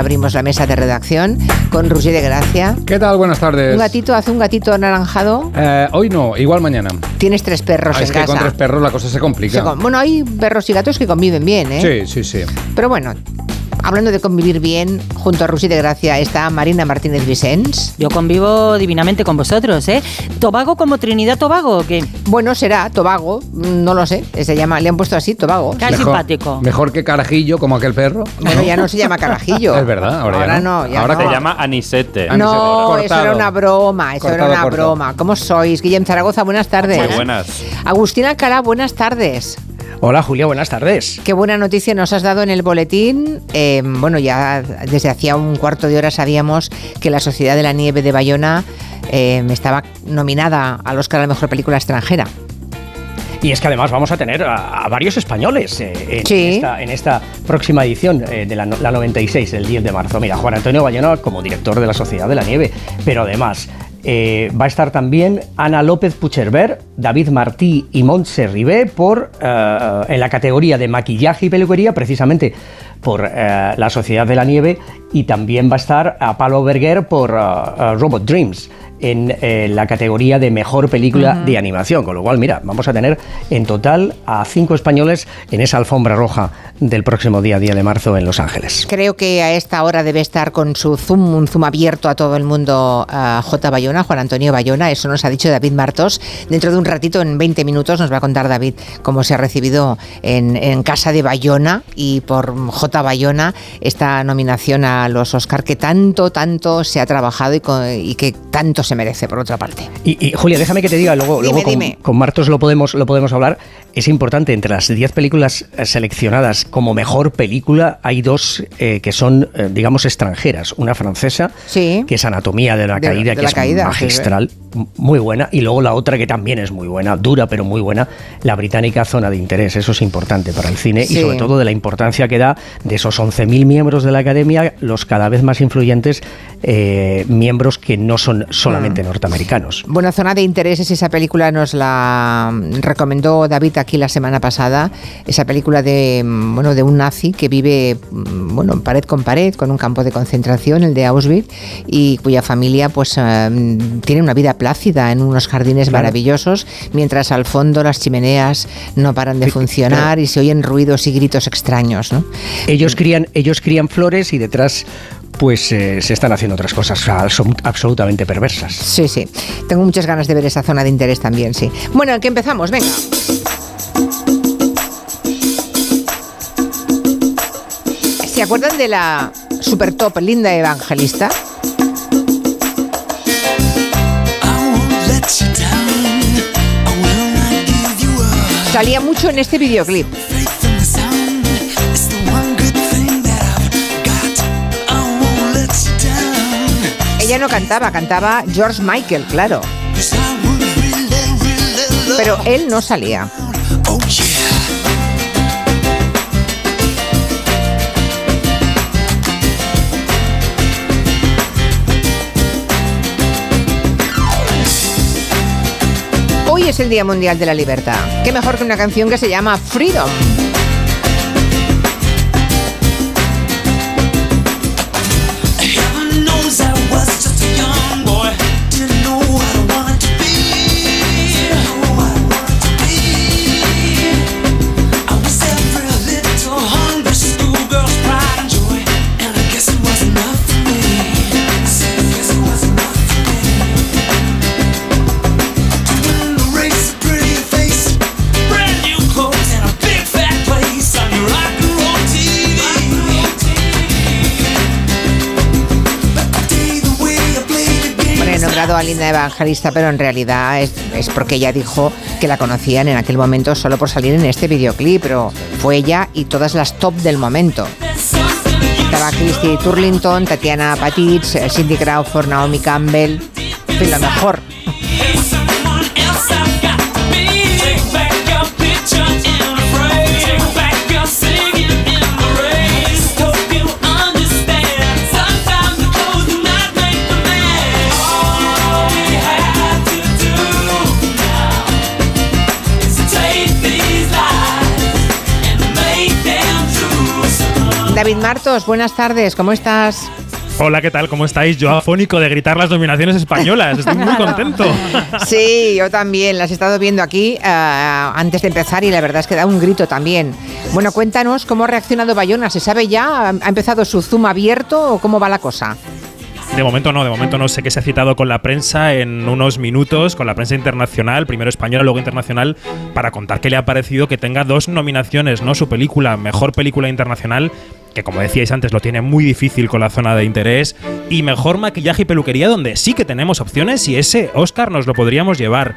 abrimos la mesa de redacción con Roger de Gracia. ¿Qué tal? Buenas tardes. ¿Hace un gatito anaranjado? Hoy no, igual mañana. Tienes 3 perros en casa. casa. Es que con 3 perros la cosa se complica. Bueno, hay perros y gatos que conviven bien, ¿eh? Sí. Pero bueno, hablando de convivir bien, junto a Roger de Gracia está Marina Martínez Vicens. Yo convivo divinamente con vosotros, ¿eh? ¿Tobago como Trinidad Tobago o qué? Bueno, será Tobago, no lo sé, se llama, le han puesto así, Tobago. Qué simpático. Mejor que Carajillo, como aquel perro. Bueno, ya no se llama Carajillo. Es verdad, ahora no. Ahora se llama Anisete. No, Cortado. eso era una broma, broma. ¿Cómo sois? Guillem Zaragoza, buenas tardes. Muy buenas. Agustín Alcalá, buenas tardes. Hola Julia, buenas tardes. Qué buena noticia nos has dado en el boletín. Bueno, ya desde hacía un cuarto de hora sabíamos que La Sociedad de la Nieve de Bayona estaba nominada al Oscar a la Mejor Película Extranjera. Y es que además vamos a tener a varios españoles en esta próxima edición de la 96, el 10 de marzo. Mira, Juan Antonio Bayona como director de La Sociedad de la Nieve, pero además va a estar también Ana López Puigcerver, David Martí y Montse Ribé en la categoría de maquillaje y peluquería, precisamente por La Sociedad de la Nieve, y también va a estar a Pablo Berger por Robot Dreams en la categoría de mejor película de animación, con lo cual, mira, vamos a tener en total a 5 españoles en esa alfombra roja del próximo día de marzo en Los Ángeles. Creo que a esta hora debe estar con su Zoom, un Zoom abierto a todo el mundo, J. Bayona, Juan Antonio Bayona, eso nos ha dicho David Martos. Dentro de un ratito, en 20 minutos, nos va a contar David cómo se ha recibido en casa de Bayona y por J. Bayona esta nominación a los Oscar que tanto se ha trabajado y que tanto se merece, por otra parte. Y Julia, déjame que te diga, luego con Martos lo podemos hablar. Es importante, entre las 10 películas seleccionadas como mejor película, hay 2 que son, digamos, extranjeras. Una francesa, que es Anatomía de la Caída, que es magistral, muy buena, y luego la otra que también es muy buena, dura pero muy buena, la británica Zona de Interés. Eso es importante para el cine y sobre todo de la importancia que da de esos 11.000 miembros de la Academia, los cada vez más influyentes miembros que no son solamente norteamericanos. Bueno, Zona de Interés es esa película, nos la recomendó David aquí la semana pasada, esa película de un nazi que vive pared con pared con un campo de concentración, el de Auschwitz, y cuya familia pues tiene una vida plácida en unos jardines maravillosos, mientras al fondo las chimeneas no paran de funcionar y se oyen ruidos y gritos extraños, ¿no? Ellos crían flores y detrás pues se están haciendo otras cosas absolutamente perversas. Sí. Tengo muchas ganas de ver esa Zona de Interés también, sí. Bueno, ¿en qué empezamos? Venga. ¿Se acuerdan de la super top Linda Evangelista? Salía mucho en este videoclip. Ella no cantaba George Michael, claro. Pero él no salía. Hoy es el Día Mundial de la Libertad. ¿Qué mejor que una canción que se llama Freedom? A Linda Evangelista, pero en realidad es porque ella dijo que la conocían en aquel momento solo por salir en este videoclip, pero fue ella y todas las top del momento. Estaba Christy Turlington, Tatiana Patitz, Cindy Crawford, Naomi Campbell, en fin, lo mejor. David Martos, buenas tardes, ¿cómo estás? Hola, ¿qué tal? ¿Cómo estáis? Yo afónico de gritar las nominaciones españolas. Estoy muy contento. Sí, yo también. Las he estado viendo aquí antes de empezar y la verdad es que da un grito también. Bueno, cuéntanos cómo ha reaccionado Bayona. ¿Se sabe ya? ¿Ha empezado su Zoom abierto o cómo va la cosa? De momento no sé que se ha citado con la prensa en unos minutos, con la prensa internacional, primero española, luego internacional, para contar qué le ha parecido que tenga 2 nominaciones, ¿no? Su película, mejor película internacional, que como decíais antes lo tiene muy difícil con la zona de interés, y mejor maquillaje y peluquería, donde sí que tenemos opciones y ese Oscar nos lo podríamos llevar.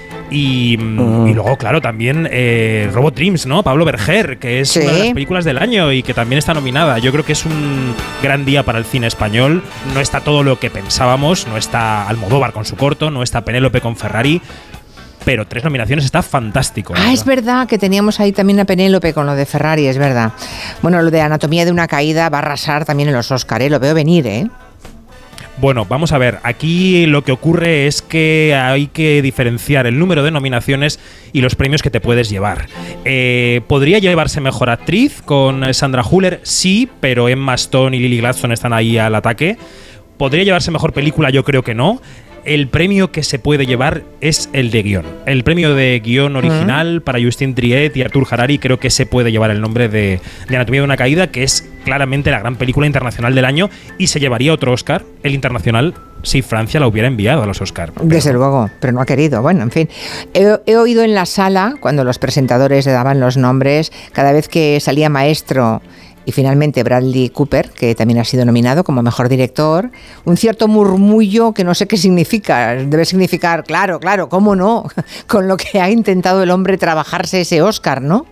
Y luego, claro, también Robot Dreams, ¿no? Pablo Berger, que es una de las películas del año y que también está nominada. Yo creo que es un gran día para el cine español. No está todo lo que pensábamos, no está Almodóvar con su corto, no está Penélope con Ferrari, pero 3 nominaciones está fantástico. Es verdad que teníamos ahí también a Penélope con lo de Ferrari, es verdad. Bueno, lo de Anatomía de una caída va a arrasar también en los Oscar, lo veo venir, Bueno, vamos a ver, aquí lo que ocurre es que hay que diferenciar el número de nominaciones y los premios que te puedes llevar. ¿Podría llevarse mejor actriz con Sandra Hüller? Sí, pero Emma Stone y Lily Gladstone están ahí al ataque. ¿Podría llevarse mejor película? Yo creo que no. El premio que se puede llevar es el de guión. El premio de guión original para Justine Triet y Artur Harari, creo que se puede llevar el nombre de Anatomía de una caída, que es claramente la gran película internacional del año, y se llevaría otro Oscar, el internacional, si Francia la hubiera enviado a los Oscar. Desde luego, pero no ha querido. Bueno, en fin. He oído en la sala, cuando los presentadores le daban los nombres, cada vez que salía Maestro y finalmente Bradley Cooper, que también ha sido nominado como mejor director, un cierto murmullo que no sé qué significa. Debe significar, claro, cómo no, con lo que ha intentado el hombre trabajarse ese Oscar, ¿no?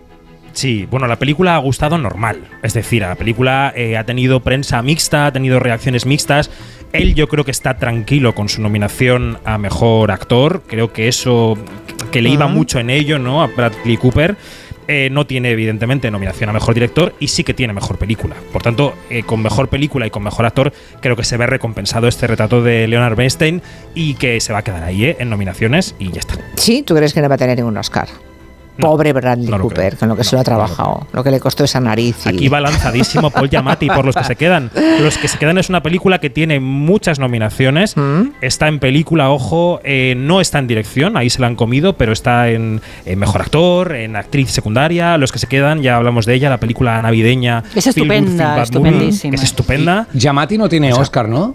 Sí, bueno, la película ha gustado normal. Es decir, la película ha tenido prensa mixta, ha tenido reacciones mixtas. Él yo creo que está tranquilo con su nominación a mejor actor. Creo que eso, que le iba mucho en ello, ¿no? A Bradley Cooper. No tiene, evidentemente, nominación a mejor director y sí que tiene mejor película. Por tanto, con mejor película y con mejor actor, creo que se ve recompensado este retrato de Leonard Bernstein y que se va a quedar ahí, en nominaciones y ya está. ¿Sí? ¿Tú crees que no va a tener ningún Oscar? Pobre Bradley Cooper, con lo que se lo ha trabajado, lo que le costó esa nariz. Aquí va lanzadísimo Paul Giamatti por los que se quedan. Los que se quedan es una película que tiene muchas nominaciones. Está en película, ojo, no está en dirección, ahí se la han comido, pero está en mejor actor, en actriz secundaria. Los que se quedan, ya hablamos de ella, la película navideña. Es estupenda, estupendísima. Es estupenda. Giamatti no tiene Oscar, ¿no?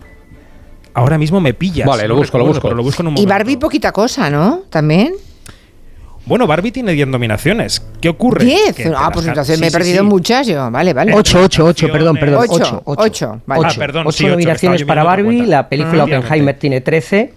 Ahora mismo me pillas. Vale, lo busco. Pero lo busco en un momento. Y Barbie poquita cosa, ¿no? También. Bueno, Barbie tiene 10 nominaciones. ¿Qué ocurre? ¿10? Pues entonces me he perdido muchas yo. Vale. 8, perdón. 8. Vale. 8 nominaciones para Barbie. La película Oppenheimer tiene 13.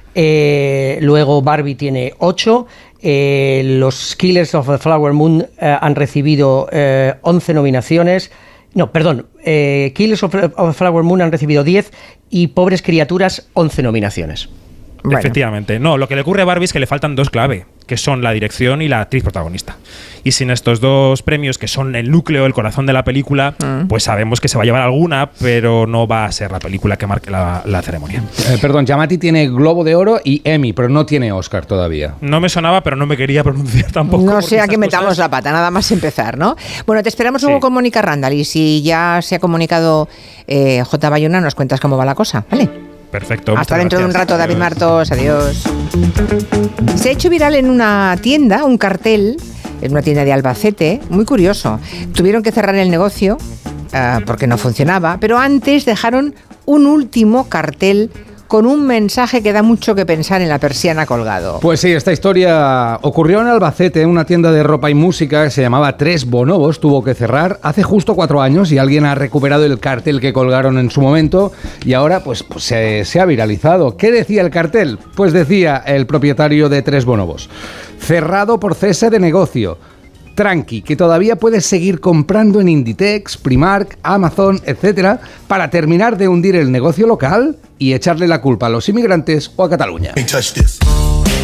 Luego Barbie tiene 8. Los Killers of the Flower Moon han recibido 11 nominaciones. No, perdón. Killers of the Flower Moon han recibido 10 y Pobres Criaturas 11 nominaciones. Bueno. Efectivamente. No, lo que le ocurre a Barbie es que le faltan 2 clave, que son la dirección y la actriz protagonista. Y sin estos 2 premios, que son el núcleo, el corazón de la película, pues sabemos que se va a llevar alguna, pero no va a ser la película que marque la ceremonia. Perdón, Giamatti tiene Globo de Oro y Emmy, pero no tiene Oscar todavía. No me sonaba, pero no me quería pronunciar tampoco. No sé a qué metamos la pata, nada más empezar, ¿no? Bueno, te esperamos luego con Mónica Randall y si ya se ha comunicado J. Bayona, nos cuentas cómo va la cosa, ¿vale? Perfecto. Hasta dentro de un rato, David Martos. Adiós. Se ha hecho viral en una tienda, un cartel, en una tienda de Albacete, muy curioso. Tuvieron que cerrar el negocio porque no funcionaba, pero antes dejaron un último cartel con un mensaje que da mucho que pensar en la persiana colgado. Pues sí, esta historia ocurrió en Albacete, en una tienda de ropa y música que se llamaba Tres Bonobos. Tuvo que cerrar hace justo 4 años y alguien ha recuperado el cartel que colgaron en su momento y ahora pues se ha viralizado. ¿Qué decía el cartel? Pues decía el propietario de Tres Bonobos: cerrado por cese de negocio. Tranqui, que todavía puedes seguir comprando en Inditex, Primark, Amazon, etcétera, para terminar de hundir el negocio local y echarle la culpa a los inmigrantes o a Cataluña.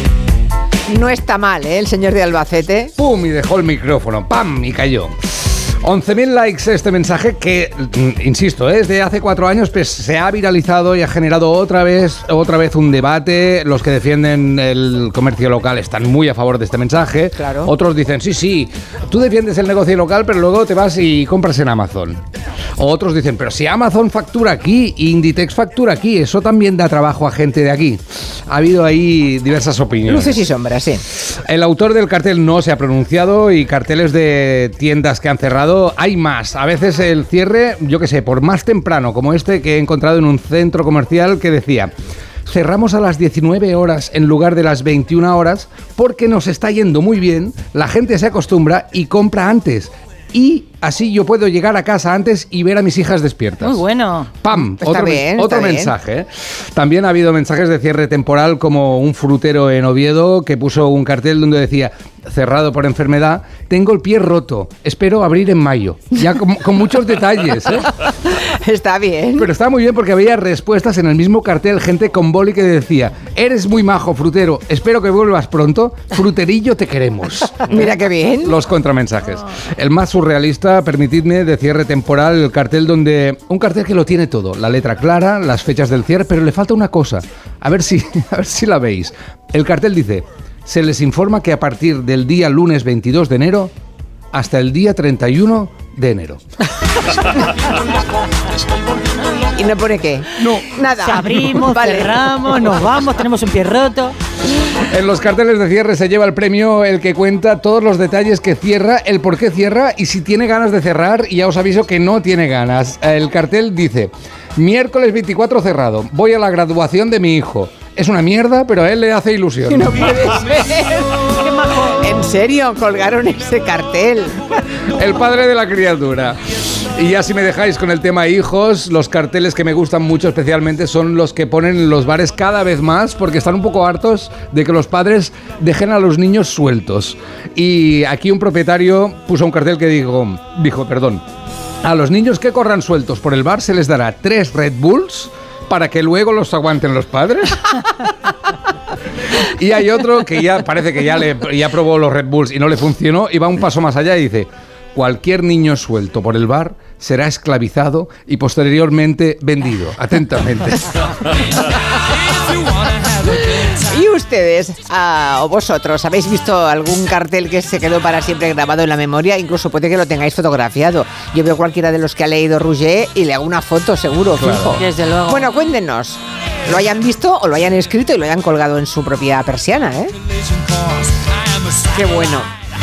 No está mal, ¿eh? El señor de Albacete. ¡Pum! Y dejó el micrófono. ¡Pam! Y cayó. 11.000 likes este mensaje que, insisto, es de hace 4 años, pues se ha viralizado y ha generado otra vez un debate. Los que defienden el comercio local están muy a favor de este mensaje. Claro. Otros dicen, sí, tú defiendes el negocio local, pero luego te vas y compras en Amazon. O otros dicen, pero si Amazon factura aquí, Inditex factura aquí, eso también da trabajo a gente de aquí. Ha habido ahí diversas opiniones. Luces y sombras, sí. El autor del cartel no se ha pronunciado y carteles de tiendas que han cerrado hay más. A veces el cierre, yo qué sé, por más temprano, como este que he encontrado en un centro comercial que decía: cerramos a las 19 horas en lugar de las 21 horas porque nos está yendo muy bien, la gente se acostumbra y compra antes. Y así yo puedo llegar a casa antes y ver a mis hijas despiertas. Muy bueno. ¡Pam! Está bien, otro mensaje. También ha habido mensajes de cierre temporal, como un frutero en Oviedo que puso un cartel donde decía: cerrado por enfermedad, tengo el pie roto, espero abrir en mayo. Ya con muchos detalles, ¿eh? Está bien. Pero está muy bien porque había respuestas en el mismo cartel, gente con boli que decía: eres muy majo, frutero, espero que vuelvas pronto, fruterillo, te queremos. Mira qué bien. Los contramensajes. El más surrealista, permitidme, de cierre temporal, el cartel donde... Un cartel que lo tiene todo, la letra clara, las fechas del cierre, pero le falta una cosa. A ver si la veis. El cartel dice: se les informa que a partir del día lunes 22 de enero hasta el día 31 de enero. ¿Y no pone qué? No. Nada. Se abrimos, Vale. cerramos, nos vamos, tenemos un pie roto. En los carteles de cierre se lleva el premio el que cuenta todos los detalles que cierra, el por qué cierra y si tiene ganas de cerrar, y ya os aviso que no tiene ganas. El cartel dice: miércoles 24 cerrado, voy a la graduación de mi hijo. Es una mierda, pero a él le hace ilusión. No puede ser. Qué majo. ¿En serio colgaron ese cartel? El padre de la criatura. Y ya si me dejáis con el tema hijos, los carteles que me gustan mucho especialmente son los que ponen en los bares cada vez más, porque están un poco hartos de que los padres dejen a los niños sueltos. Y aquí un propietario puso un cartel que dijo, a los niños que corran sueltos por el bar se les dará 3 Red Bulls para que luego los aguanten los padres. Y hay otro que ya parece que ya probó los Red Bulls y no le funcionó, y va un paso más allá y dice: cualquier niño suelto por el bar será esclavizado y posteriormente vendido. Atentamente. ¿Y ustedes, o vosotros, habéis visto algún cartel que se quedó para siempre grabado en la memoria? Incluso puede que lo tengáis fotografiado. Yo veo cualquiera de los que ha leído Rouget y le hago una foto, seguro, fijo. Desde luego. Bueno, cuéntenos. Lo hayan visto o lo hayan escrito y lo hayan colgado en su propia persiana, ¿eh? Qué bueno.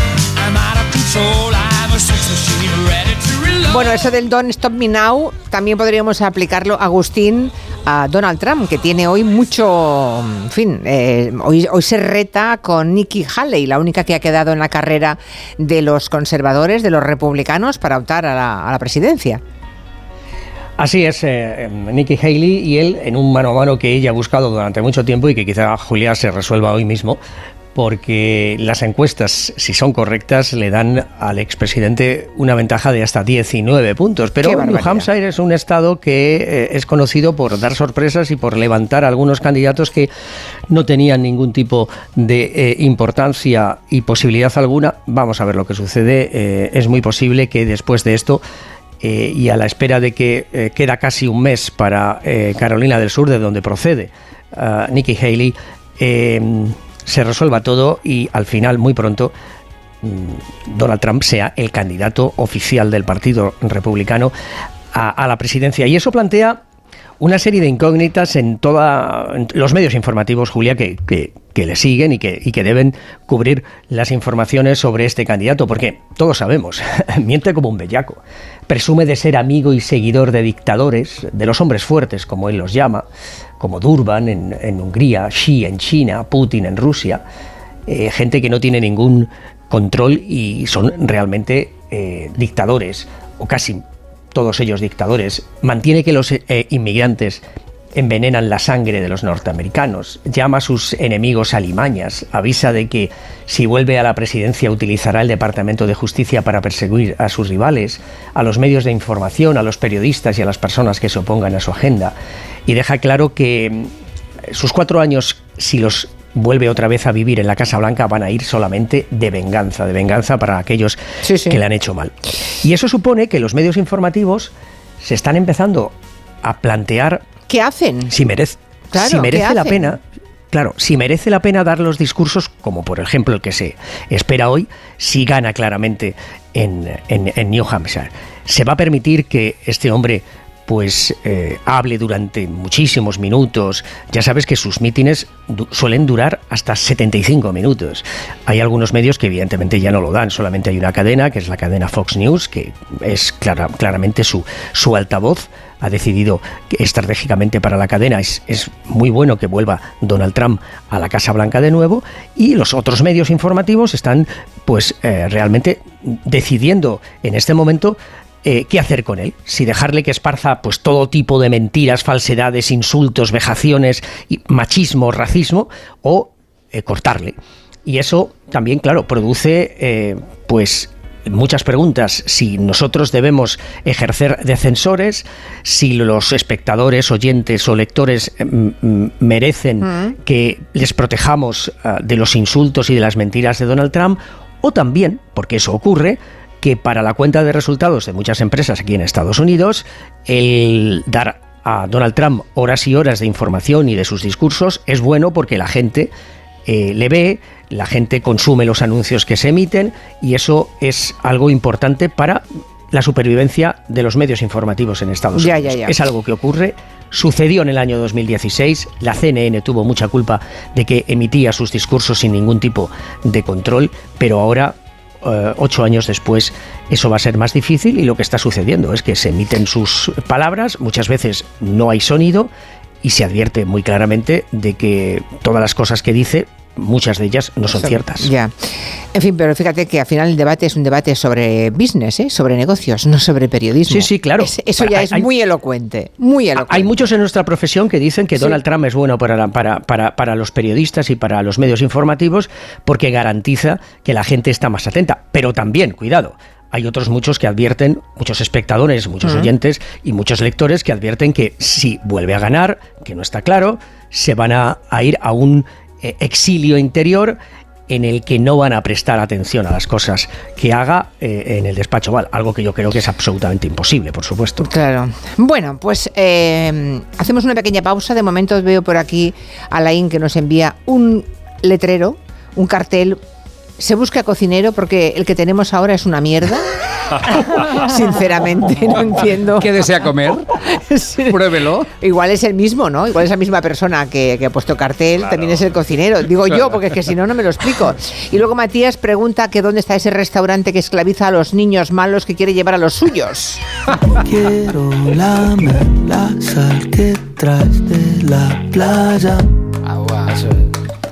Bueno, eso del Don't Stop Me Now también podríamos aplicarlo, Agustín, a Donald Trump, que tiene hoy mucho... En fin, hoy se reta con Nikki Haley, la única que ha quedado en la carrera de los conservadores, de los republicanos, para optar a la presidencia. Así es, Nikki Haley y él, en un mano a mano que ella ha buscado durante mucho tiempo y que quizá Julia se resuelva hoy mismo, porque las encuestas, si son correctas, le dan al expresidente una ventaja de hasta 19 puntos. Pero New Hampshire es un estado que es conocido por dar sorpresas y por levantar a algunos candidatos que no tenían ningún tipo de importancia y posibilidad alguna. Vamos a ver lo que sucede. Es muy posible que después de esto, y a la espera de que queda casi un mes para Carolina del Sur, de donde procede Nikki Haley, se resuelva todo y al final, muy pronto, Donald Trump sea el candidato oficial del Partido Republicano a la presidencia. Y eso plantea una serie de incógnitas en los medios informativos, Julia, que le siguen y que deben cubrir las informaciones sobre este candidato, porque todos sabemos, miente como un bellaco, presume de ser amigo y seguidor de dictadores, de los hombres fuertes, como él los llama, como Durban en Hungría, Xi en China, Putin en Rusia, gente que no tiene ningún control y son realmente dictadores, o casi todos ellos dictadores. Mantiene que los inmigrantes envenenan la sangre de los norteamericanos, llama a sus enemigos alimañas, avisa de que si vuelve a la presidencia utilizará el Departamento de Justicia para perseguir a sus rivales, a los medios de información, a los periodistas y a las personas que se opongan a su agenda, y deja claro que sus 4 años, si los vuelve otra vez a vivir en la Casa Blanca, van a ir solamente de venganza para aquellos que le han hecho mal. Y eso supone que los medios informativos se están empezando a plantear... ¿Qué hacen? Si merece la pena... Claro, si merece la pena dar los discursos, como por ejemplo el que se espera hoy, si gana claramente en New Hampshire. Se va a permitir que este hombre hable durante muchísimos minutos. Ya sabes que sus mítines suelen durar hasta 75 minutos. Hay algunos medios que evidentemente ya no lo dan, solamente hay una cadena, que es la cadena Fox News, que es claramente su altavoz. Ha decidido que estratégicamente para la cadena es muy bueno que vuelva Donald Trump a la Casa Blanca de nuevo, y los otros medios informativos están realmente decidiendo en este momento qué hacer con él, si dejarle que esparza todo tipo de mentiras, falsedades, insultos, vejaciones, machismo, racismo, o cortarle. Y eso también, claro, produce muchas preguntas. Si nosotros debemos ejercer de censores, si los espectadores, oyentes o lectores merecen que les protejamos de los insultos y de las mentiras de Donald Trump, o también, porque eso ocurre, que para la cuenta de resultados de muchas empresas aquí en Estados Unidos, el dar a Donald Trump horas y horas de información y de sus discursos es bueno porque la gente le ve, la gente consume los anuncios que se emiten, y eso es algo importante para la supervivencia de los medios informativos en Estados Unidos. Es algo que ocurre, sucedió en el año 2016, la CNN tuvo mucha culpa de que emitía sus discursos sin ningún tipo de control, pero ahora 8 años después eso va a ser más difícil, y lo que está sucediendo es que se emiten sus palabras, muchas veces no hay sonido y se advierte muy claramente de que todas las cosas que dice, muchas de ellas no son ciertas. Ya. En fin, pero fíjate que al final el debate es un debate sobre business, sobre negocios, no sobre periodismo. Sí, claro. Eso ya es muy elocuente, muy elocuente. Hay muchos en nuestra profesión que dicen que Donald Trump es bueno para los periodistas y para los medios informativos porque garantiza que la gente está más atenta. Pero también, cuidado, hay otros muchos que advierten, muchos espectadores, muchos oyentes y muchos lectores que advierten que si vuelve a ganar, que no está claro, se van a ir a un exilio interior en el que no van a prestar atención a las cosas que haga en el despacho Oval, algo que yo creo que es absolutamente imposible, por supuesto. Claro. Bueno, pues hacemos una pequeña pausa. De momento veo por aquí a Laín que nos envía un letrero, un cartel. Se busca cocinero porque el que tenemos ahora es una mierda. Sinceramente, no entiendo. ¿Qué desea comer? Sí. Pruébelo. Igual es el mismo, ¿no? Igual es la misma persona que ha puesto cartel, claro. También es el cocinero. Digo yo, porque es que si no, no me lo explico. Y luego Matías pregunta que dónde está ese restaurante que esclaviza a los niños malos que quiere llevar a los suyos. Quiero lamer la sal que traes de la playa. Agua, eso es.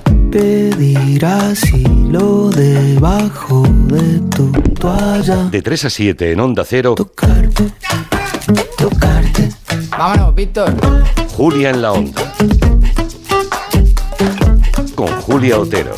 Pedir asilo debajo de tu toalla. De 3 a 7 en Onda Cero. Tocarte, tocarte. Vámonos, Víctor. Julia en la Onda. Con Julia Otero.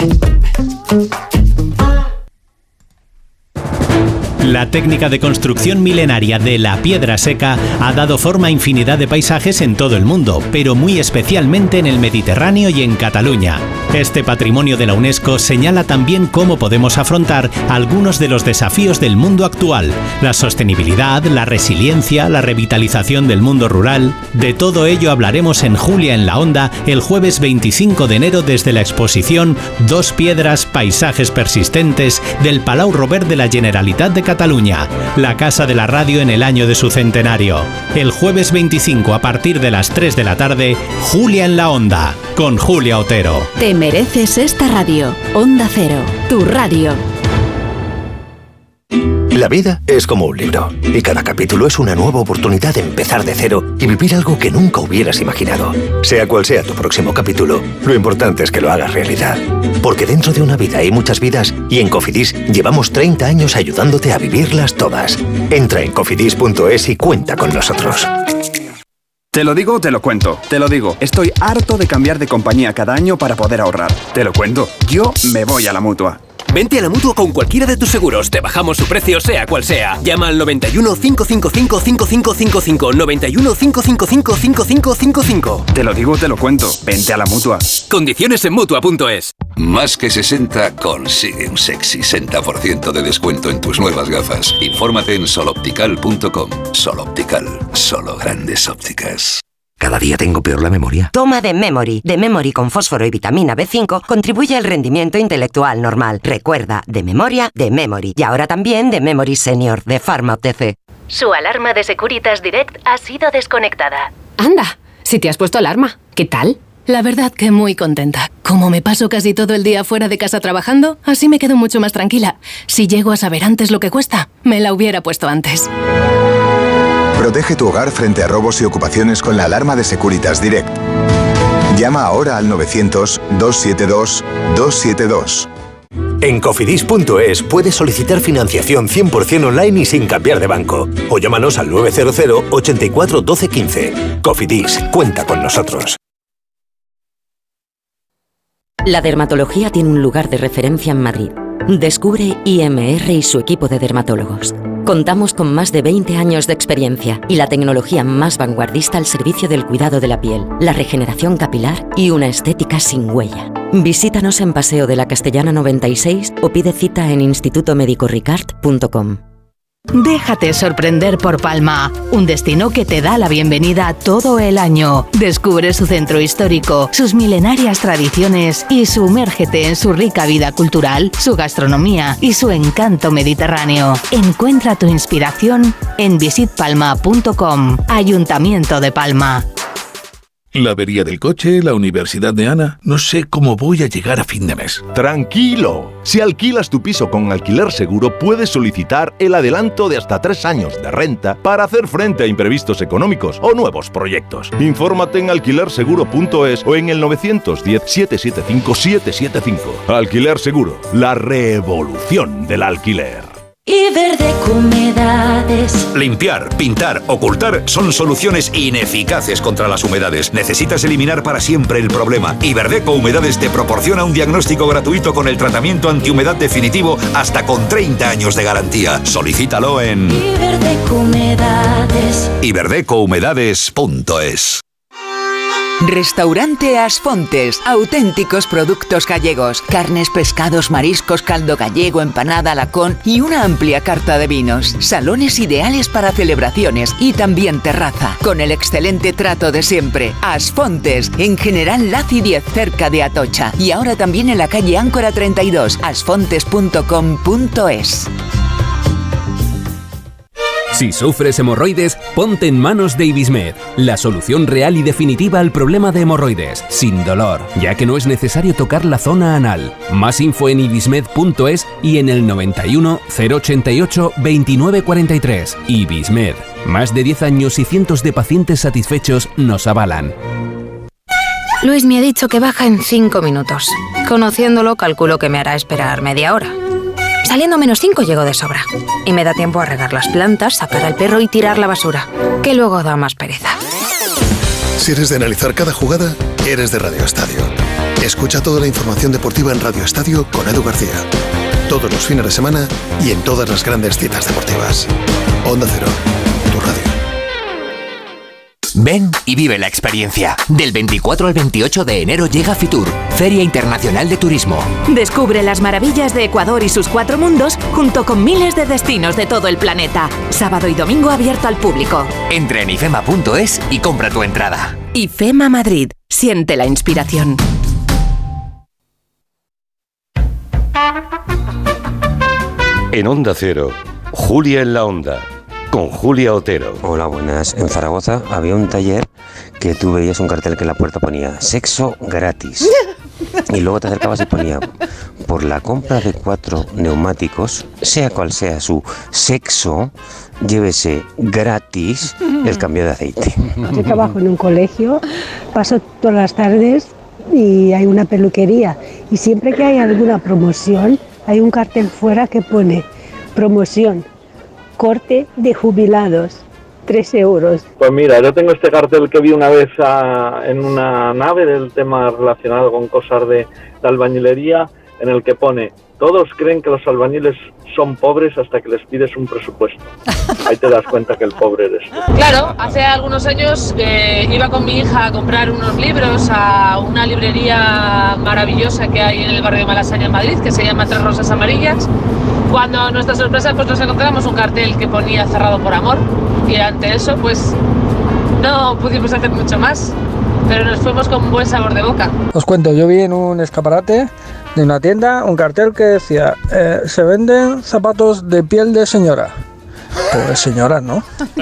La técnica de construcción milenaria de la piedra seca ha dado forma a infinidad de paisajes en todo el mundo, pero muy especialmente en el Mediterráneo y en Cataluña. Este patrimonio de la UNESCO señala también cómo podemos afrontar algunos de los desafíos del mundo actual: la sostenibilidad, la resiliencia, la revitalización del mundo rural. De todo ello hablaremos en Julia en la Onda el jueves 25 de enero desde la exposición Dos piedras, paisajes persistentes del Palau Robert de la Generalitat de Cataluña, la casa de la radio en el año de su centenario. El jueves 25 a partir de las 3 de la tarde, Julia en la Onda, con Julia Otero. Te mereces esta radio. Onda Cero, tu radio. La vida es como un libro, y cada capítulo es una nueva oportunidad de empezar de cero y vivir algo que nunca hubieras imaginado. Sea cual sea tu próximo capítulo, lo importante es que lo hagas realidad. Porque dentro de una vida hay muchas vidas, y en Cofidis llevamos 30 años ayudándote a vivirlas todas. Entra en cofidis.es y cuenta con nosotros. Te lo digo, te lo cuento. Te lo digo, estoy harto de cambiar de compañía cada año para poder ahorrar. Te lo cuento, yo me voy a la Mutua. Vente a la Mutua con cualquiera de tus seguros. Te bajamos su precio, sea cual sea. Llama al 91 555 5555. 91 555 5555. Te lo digo, te lo cuento. Vente a la Mutua. Condiciones en Mutua.es. Más que 60 consigue un sexy 60% de descuento en tus nuevas gafas. Infórmate en soloptical.com. Sol Optical, solo grandes ópticas. ¿Cada día tengo peor la memoria? Toma de Memory. De Memory con fósforo y vitamina B5 contribuye al rendimiento intelectual normal. Recuerda, de memoria, de Memory. Y ahora también de Memory Senior, de Pharma OTC. Su alarma de Securitas Direct ha sido desconectada. Anda, si te has puesto alarma. ¿Qué tal? La verdad que muy contenta. Como me paso casi todo el día fuera de casa trabajando, así me quedo mucho más tranquila. Si llego a saber antes lo que cuesta, me la hubiera puesto antes. Protege tu hogar frente a robos y ocupaciones con la alarma de Securitas Direct. Llama ahora al 900-272-272. En Cofidis.es puedes solicitar financiación 100% online y sin cambiar de banco. O llámanos al 900 84 12 15. Cofidis, cuenta con nosotros. La dermatología tiene un lugar de referencia en Madrid. Descubre IMR y su equipo de dermatólogos. Contamos con más de 20 años de experiencia y la tecnología más vanguardista al servicio del cuidado de la piel, la regeneración capilar y una estética sin huella. Visítanos en Paseo de la Castellana 96 o pide cita en institutomedicoricard.com. Déjate sorprender por Palma, un destino que te da la bienvenida todo el año. Descubre su centro histórico, sus milenarias tradiciones y sumérgete en su rica vida cultural, su gastronomía y su encanto mediterráneo. Encuentra tu inspiración en visitpalma.com. Ayuntamiento de Palma. La avería del coche, la universidad de Ana... No sé cómo voy a llegar a fin de mes. ¡Tranquilo! Si alquilas tu piso con Alquiler Seguro, puedes solicitar el adelanto de hasta 3 años de renta para hacer frente a imprevistos económicos o nuevos proyectos. Infórmate en alquilerseguro.es o en el 910-775-775. Alquiler Seguro, la revolución del alquiler. Iberdeco Humedades. Limpiar, pintar, ocultar son soluciones ineficaces contra las humedades. Necesitas eliminar para siempre el problema. Iberdeco Humedades te proporciona un diagnóstico gratuito con el tratamiento antihumedad definitivo hasta con 30 años de garantía. Solicítalo en Iberdeco Humedades. iberdecohumedades.es. Restaurante As Fontes, auténticos productos gallegos, carnes, pescados, mariscos, caldo gallego, empanada, lacón y una amplia carta de vinos. Salones ideales para celebraciones y también terraza, con el excelente trato de siempre. As Fontes, en General Laci 10, cerca de Atocha, y ahora también en la calle Áncora 32, asfontes.com.es. Si sufres hemorroides, ponte en manos de Ibismed, la solución real y definitiva al problema de hemorroides, sin dolor, ya que no es necesario tocar la zona anal. Más info en ibismed.es y en el 91 088 2943. Ibismed, más de 10 años y cientos de pacientes satisfechos nos avalan. Luis me ha dicho que baja en 5 minutos. Conociéndolo, calculo que me hará esperar media hora. Saliendo -5 llego de sobra. Y me da tiempo a regar las plantas, sacar al perro y tirar la basura, que luego da más pereza. Si eres de analizar cada jugada, eres de Radio Estadio. Escucha toda la información deportiva en Radio Estadio con Edu García. Todos los fines de semana y en todas las grandes citas deportivas. Onda Cero, tu radio. Ven y vive la experiencia. Del 24 al 28 de enero llega Fitur, Feria Internacional de Turismo. Descubre las maravillas de Ecuador y sus 4 mundos junto con miles de destinos de todo el planeta. Sábado y domingo abierto al público. Entra en ifema.es y compra tu entrada. IFEMA Madrid. Siente la inspiración. En Onda Cero, Julia en la Onda, con Julia Otero. Hola, buenas. En Zaragoza había un taller que tú veías un cartel que en la puerta ponía sexo gratis. Y luego te acercabas y ponía, por la compra de 4 neumáticos, sea cual sea su sexo, llévese gratis el cambio de aceite. Yo trabajo en un colegio, paso todas las tardes y hay una peluquería. Y siempre que hay alguna promoción, hay un cartel fuera que pone promoción, corte de jubilados, 3 euros. Pues mira, yo tengo este cartel que vi una vez en una nave del tema relacionado con cosas de albañilería en el que pone: todos creen que los albañiles son pobres hasta que les pides un presupuesto. Ahí te das cuenta que el pobre eres tú. Claro, hace algunos años iba con mi hija a comprar unos libros a una librería maravillosa que hay en el barrio de Malasaña, en Madrid, que se llama Tres Rosas Amarillas, cuando a nuestra sorpresa pues nos encontramos un cartel que ponía cerrado por amor, y ante eso pues no pudimos hacer mucho más, pero nos fuimos con un buen sabor de boca. Os cuento, yo vi en un escaparate de una tienda un cartel que decía se venden zapatos de piel de señora. Pobres señoras, ¿no?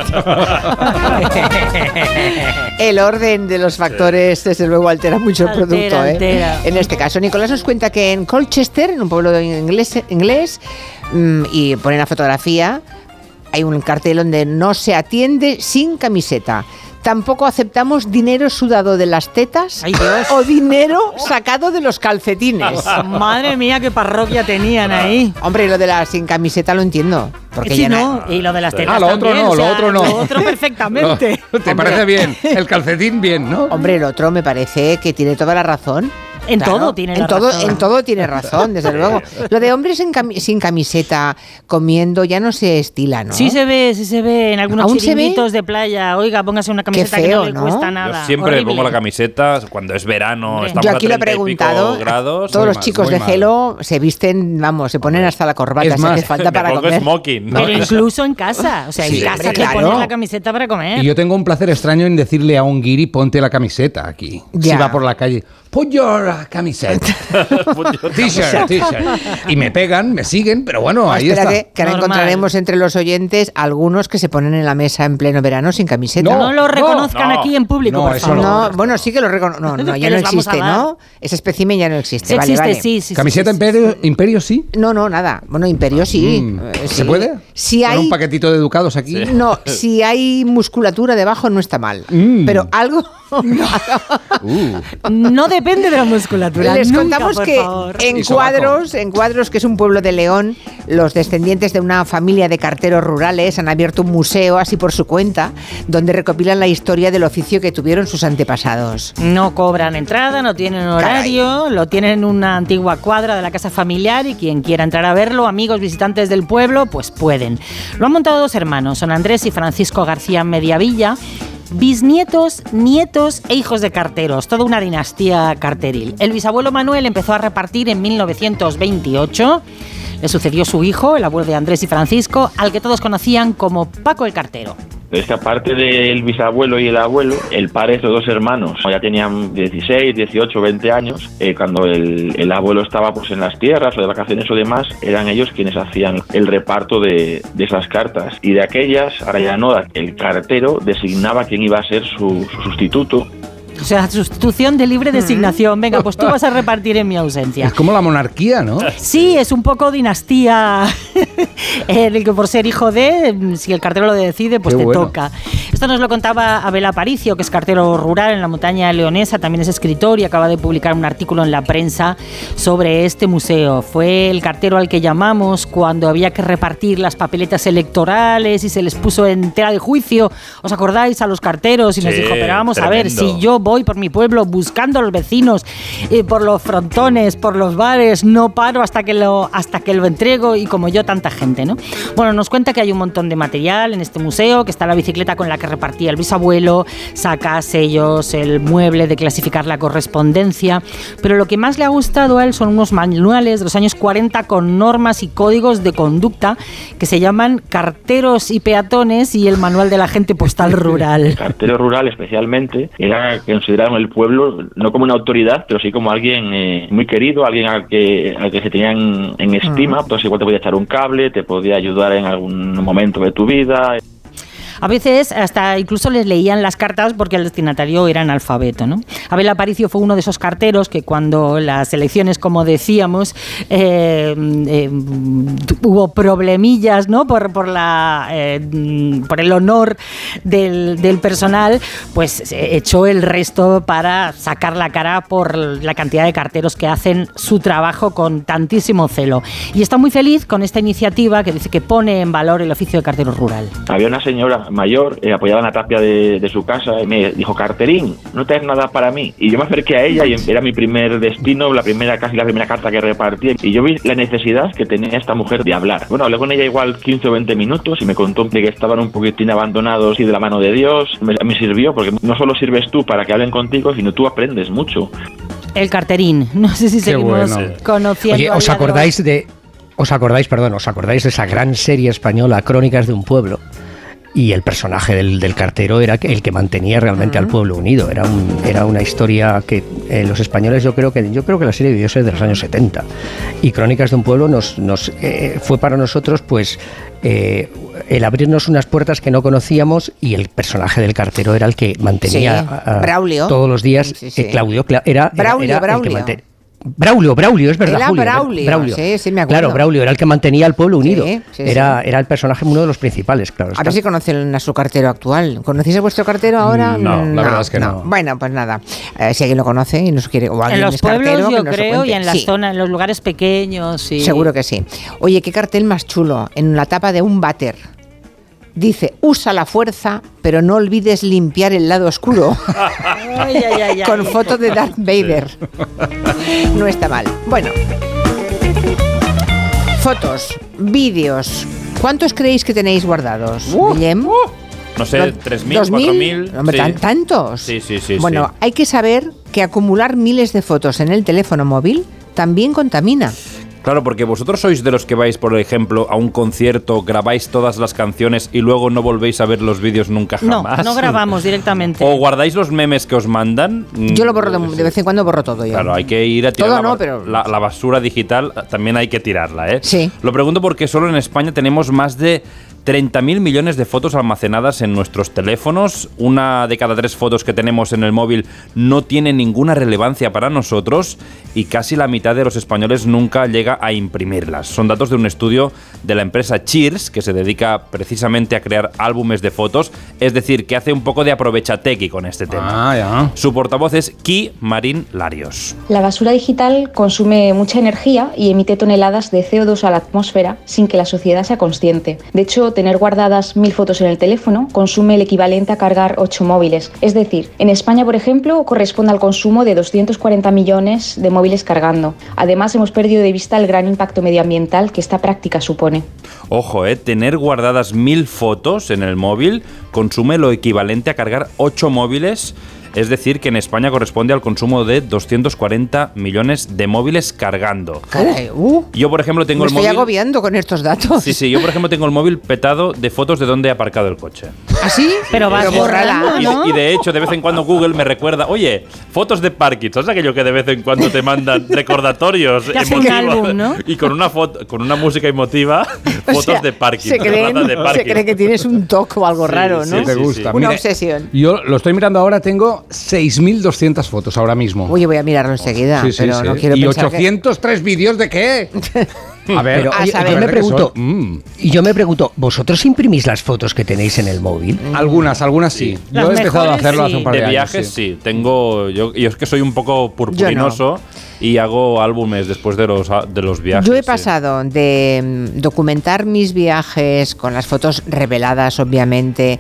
El orden de los factores, desde luego, altera mucho el producto. En este caso, Nicolás nos cuenta que en Colchester, en un pueblo inglés, y pone la fotografía, hay un cartel donde no se atiende sin camiseta. Tampoco aceptamos dinero sudado de las tetas o dinero sacado de los calcetines. Madre mía, qué parroquia tenían ahí. Hombre, lo de la sin camiseta lo entiendo. Porque sí, no, y lo de las tetas lo otro también, no, lo otro no. Lo otro perfectamente. No, ¿te parece bien? El calcetín bien, ¿no? Hombre, el otro me parece que tiene toda la razón. En todo tiene razón. En todo tiene razón, desde luego. Lo de hombres sin camiseta comiendo ya no se estila, ¿no? Sí se ve en algunos chiringuitos de playa. Oiga, póngase una camiseta que no le cuesta nada. Yo siempre Horrible. pongo la camiseta cuando es verano, estamos yo aquí a 30 lo he preguntado, y pico grados. todos los chicos de Gelo se visten, se ponen hasta la corbata, si hace falta para comer. Smoking, ¿no? Pero incluso en casa, o sea, en casa te pones la camiseta para comer. Y yo tengo un placer extraño en decirle a un guiri, ponte la camiseta aquí. Ya. Si va por la calle, put your camiseta. T-shirt. Y me pegan, me siguen, pero bueno, ahí espérate, está. Que ahora encontraremos entre los oyentes algunos que se ponen en la mesa en pleno verano sin camiseta. No lo reconozcan aquí en público, por favor. No, bueno, sí que lo reconozco. No, ya no existe, ¿no? Ese espécimen ya no existe. Sí, vale, existe, vale. sí. ¿Camiseta Imperio sí? No, nada. Bueno, Imperio sí. ¿Se puede? Si hay un paquetito de educados aquí. Sí. No, si hay musculatura debajo no está mal. Pero algo... No depende de la musculatura. Les nunca, contamos por que favor. en Cuadros, que es un pueblo de León, los descendientes de una familia de carteros rurales han abierto un museo así por su cuenta, donde recopilan la historia del oficio que tuvieron sus antepasados. No cobran entrada, no tienen horario, lo tienen en una antigua cuadra de la casa familiar y quien quiera entrar a verlo, amigos visitantes del pueblo, pues pueden. Lo han montado dos hermanos, son Andrés y Francisco García Mediavilla, bisnietos, nietos e hijos de carteros, toda una dinastía carteril. El bisabuelo Manuel empezó a repartir en 1928, le sucedió su hijo, el abuelo de Andrés y Francisco, al que todos conocían como Paco el Cartero. Es que aparte del bisabuelo y el abuelo, el padre de estos dos hermanos ya tenían 16, 18, 20 años. Cuando el abuelo estaba pues en las tierras o de vacaciones o demás, eran ellos quienes hacían el reparto de esas cartas. Y de aquellas, ahora ya no, el cartero designaba quién iba a ser su sustituto. O sea, sustitución de libre designación. Venga, pues tú vas a repartir en mi ausencia. Es como la monarquía, ¿no? Sí, es un poco dinastía en el que por ser hijo de, si el cartero lo decide, pues te toca. Esto nos lo contaba Abel Aparicio, que es cartero rural en la montaña leonesa, también es escritor y acaba de publicar un artículo en la prensa sobre este museo. Fue el cartero al que llamamos cuando había que repartir las papeletas electorales y se les puso en tela de juicio. ¿Os acordáis a los carteros? Y nos dijo, pero vamos a ver, si yo voy por mi pueblo buscando a los vecinos, por los frontones, por los bares, no paro hasta que lo entrego, y como yo tanta gente, ¿no? Bueno, nos cuenta que hay un montón de material en este museo, que está la bicicleta con la que repartía el bisabuelo, sacas, sellos, el mueble de clasificar la correspondencia, pero lo que más le ha gustado a él son unos manuales de los años 40 con normas y códigos de conducta que se llaman Carteros y Peatones y el Manual de la Agente Postal Rural. El cartero rural especialmente era consideraron el pueblo no como una autoridad, pero sí como alguien muy querido, alguien al que se tenían en estima. Entonces igual te podía echar un cable, te podía ayudar en algún momento de tu vida. A veces hasta incluso les leían las cartas porque el destinatario era analfabeto, ¿no? Abel Aparicio fue uno de esos carteros que cuando las elecciones, como decíamos, hubo problemillas, ¿no? por el honor del personal, pues echó el resto para sacar la cara por la cantidad de carteros que hacen su trabajo con tantísimo celo. Y está muy feliz con esta iniciativa que dice que pone en valor el oficio de cartero rural. Había una señora señora mayor, apoyada en la tapia de su casa, y me dijo, Carterín, no traes nada para mí. Y yo me acerqué a ella y era mi primer destino, casi la primera carta que repartí. Y yo vi la necesidad que tenía esta mujer de hablar. Bueno, hablé con ella igual 15 o 20 minutos y me contó que estaban un poquitín abandonados y de la mano de Dios. Me sirvió porque no solo sirves tú para que hablen contigo, sino tú aprendes mucho. El Carterín, no sé si seguimos conociendo. Oye, ¿os acordáis de esa gran serie española, Crónicas de un pueblo? Y el personaje del cartero era el que mantenía realmente al pueblo unido. Era una historia que los españoles, yo creo que la serie debió ser de los años 70. Y Crónicas de un pueblo nos fue para nosotros, pues, el abrirnos unas puertas que no conocíamos, y el personaje del cartero era el que mantenía Braulio. Todos los días. Claudio era Braulio. el que mantenía. Braulio, es verdad. Braulio. Sí, me acuerdo. Claro, Braulio era el que mantenía al pueblo unido. Sí. Era el personaje, uno de los principales, claro. A ver si conocen a su cartero actual. ¿Conocéis a vuestro cartero ahora? No, la verdad es que no. Bueno, pues nada. Si alguien lo conoce y nos quiere, o alguien en los es cartero, pueblos, yo creo, y en las sí. zonas, en los lugares pequeños. Sí. Seguro que sí. Oye, qué cartel más chulo. En la tapa de un váter. Dice, usa la fuerza, pero no olvides limpiar el lado oscuro. Ay. Con foto de Darth Vader. No está mal. Bueno. Fotos, vídeos. ¿Cuántos creéis que tenéis guardados, Guillem? No sé, 3.000, 4.000. Hombre, sí. ¿Tantos? Sí. Bueno, hay que saber que acumular miles de fotos en el teléfono móvil también contamina. Claro, porque vosotros sois de los que vais, por ejemplo, a un concierto, grabáis todas las canciones y luego no volvéis a ver los vídeos nunca jamás. No grabamos directamente. ¿O guardáis los memes que os mandan? Yo lo borro de vez en cuando, borro todo yo. Claro, hay que ir a tirar todo pero... la basura digital, también hay que tirarla, ¿eh? Sí. Lo pregunto porque solo en España tenemos más de 30.000 millones de fotos almacenadas en nuestros teléfonos. Una de cada 3 fotos que tenemos en el móvil no tiene ninguna relevancia para nosotros y casi la mitad de los españoles nunca llega a imprimirlas. Son datos de un estudio de la empresa Cheers, que se dedica precisamente a crear álbumes de fotos, es decir, que hace un poco de aprovechatequi con este tema. Su portavoz es Ki Marín Larios. La basura digital consume mucha energía y emite toneladas de CO2 a la atmósfera sin que la sociedad sea consciente. De hecho, tener guardadas 1000 fotos en el teléfono consume el equivalente a cargar 8 móviles. Es decir, en España, por ejemplo, corresponde al consumo de 240 millones de móviles cargando. Además, hemos perdido de vista el gran impacto medioambiental que esta práctica supone. Ojo, tener guardadas 1000 fotos en el móvil consume lo equivalente a cargar 8 móviles. Es decir, que en España corresponde al consumo de 240 millones de móviles cargando. Caray, yo, por ejemplo, tengo me el móvil... estoy agobiando con estos datos. Sí, yo, por ejemplo, tengo el móvil petado de fotos de dónde he aparcado el coche. ¿Ah, sí? Pero vas borrada, ¿no? Y de hecho, de vez en cuando Google me recuerda, oye, fotos de parking. ¿Sabes aquello que de vez en cuando te mandan recordatorios emotivos? Álbum, ¿no? Y con una foto, con una música emotiva, fotos de parking. Se cree que tienes un toque o algo raro, ¿no? Sí, te gusta. Una Mire, obsesión. Yo lo estoy mirando ahora, tengo 6.200 fotos ahora mismo. Oye, voy a mirarlo enseguida, pero no quiero ¿Y pensar 803 vídeos de qué? A ver, pero, oye, yo me pregunto, ¿vosotros imprimís las fotos que tenéis en el móvil? Algunas sí. Yo he empezado a hacerlo hace un par de años. De viajes sí. Tengo, yo es que soy un poco purpurinoso y hago álbumes después de los viajes. Yo he pasado de documentar mis viajes con las fotos reveladas, obviamente,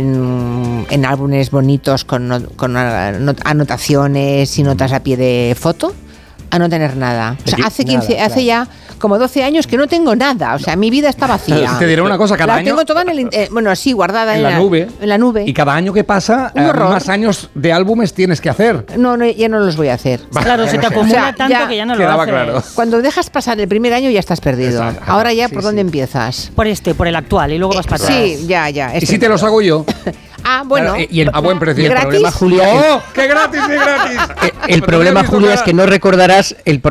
en álbumes bonitos con anotaciones y notas a pie de foto, a no tener nada. O sea, hace ya como 12 años que no tengo nada. O sea, mi vida está vacía. Te diré una cosa, cada año... tengo toda guardada en la nube. En la nube. Y cada año que pasa, más años de álbumes tienes que hacer. No, ya no los voy a hacer. Claro, se te acumula tanto que ya no lo haces. Claro. Cuando dejas pasar el primer año ya estás perdido. Exacto. Ahora ya, ¿por dónde empiezas? Por el actual, y luego vas para atrás. Sí, ya. ¿Y si te los hago yo? Bueno. A buen precio. El problema, Julia, ¡qué gratis! El problema, Julia, es que no recordarás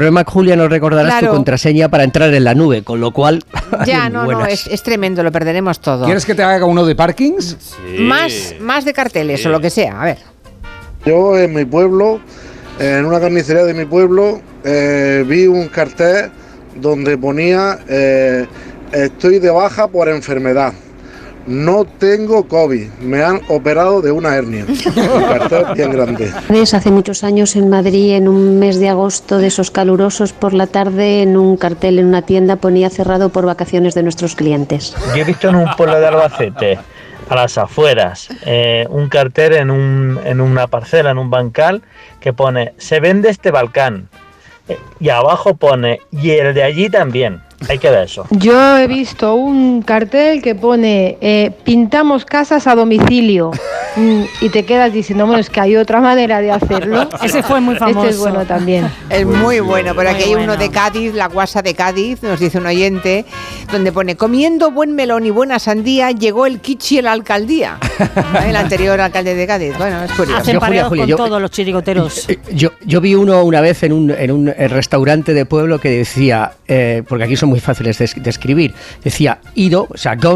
tu contraseña para entrar en la nube, con lo cual... Ya, es tremendo, lo perderemos todo. ¿Quieres que te haga uno de parkings? Sí. Más de carteles o lo que sea, a ver. Yo en mi pueblo, en una carnicería de mi pueblo, vi un cartel donde ponía estoy de baja por enfermedad. No tengo COVID, me han operado de una hernia. Un cartel bien grande. Hace muchos años en Madrid, en un mes de agosto de esos calurosos, por la tarde en un cartel en una tienda ponía cerrado por vacaciones de nuestros clientes. Yo he visto en un pueblo de Albacete a las afueras, un cartel en una parcela, en un bancal, que pone, se vende este Balcán, y abajo pone, y el de allí también. Hay que ver eso. Yo he visto un cartel que pone pintamos casas a domicilio y te quedas diciendo, bueno, es que hay otra manera de hacerlo. Ese fue muy famoso. Este es bueno también. Es muy bueno, pero aquí hay uno de Cádiz, la guasa de Cádiz, nos dice un oyente, donde pone, comiendo buen melón y buena sandía, llegó el Kichi a la alcaldía. El anterior alcalde de Cádiz. Bueno, es curioso. Hacen pareos con todos los chirigoteros. Yo vi uno una vez en un restaurante de pueblo que decía, porque aquí son muy fáciles de escribir, decía, ido, o sea,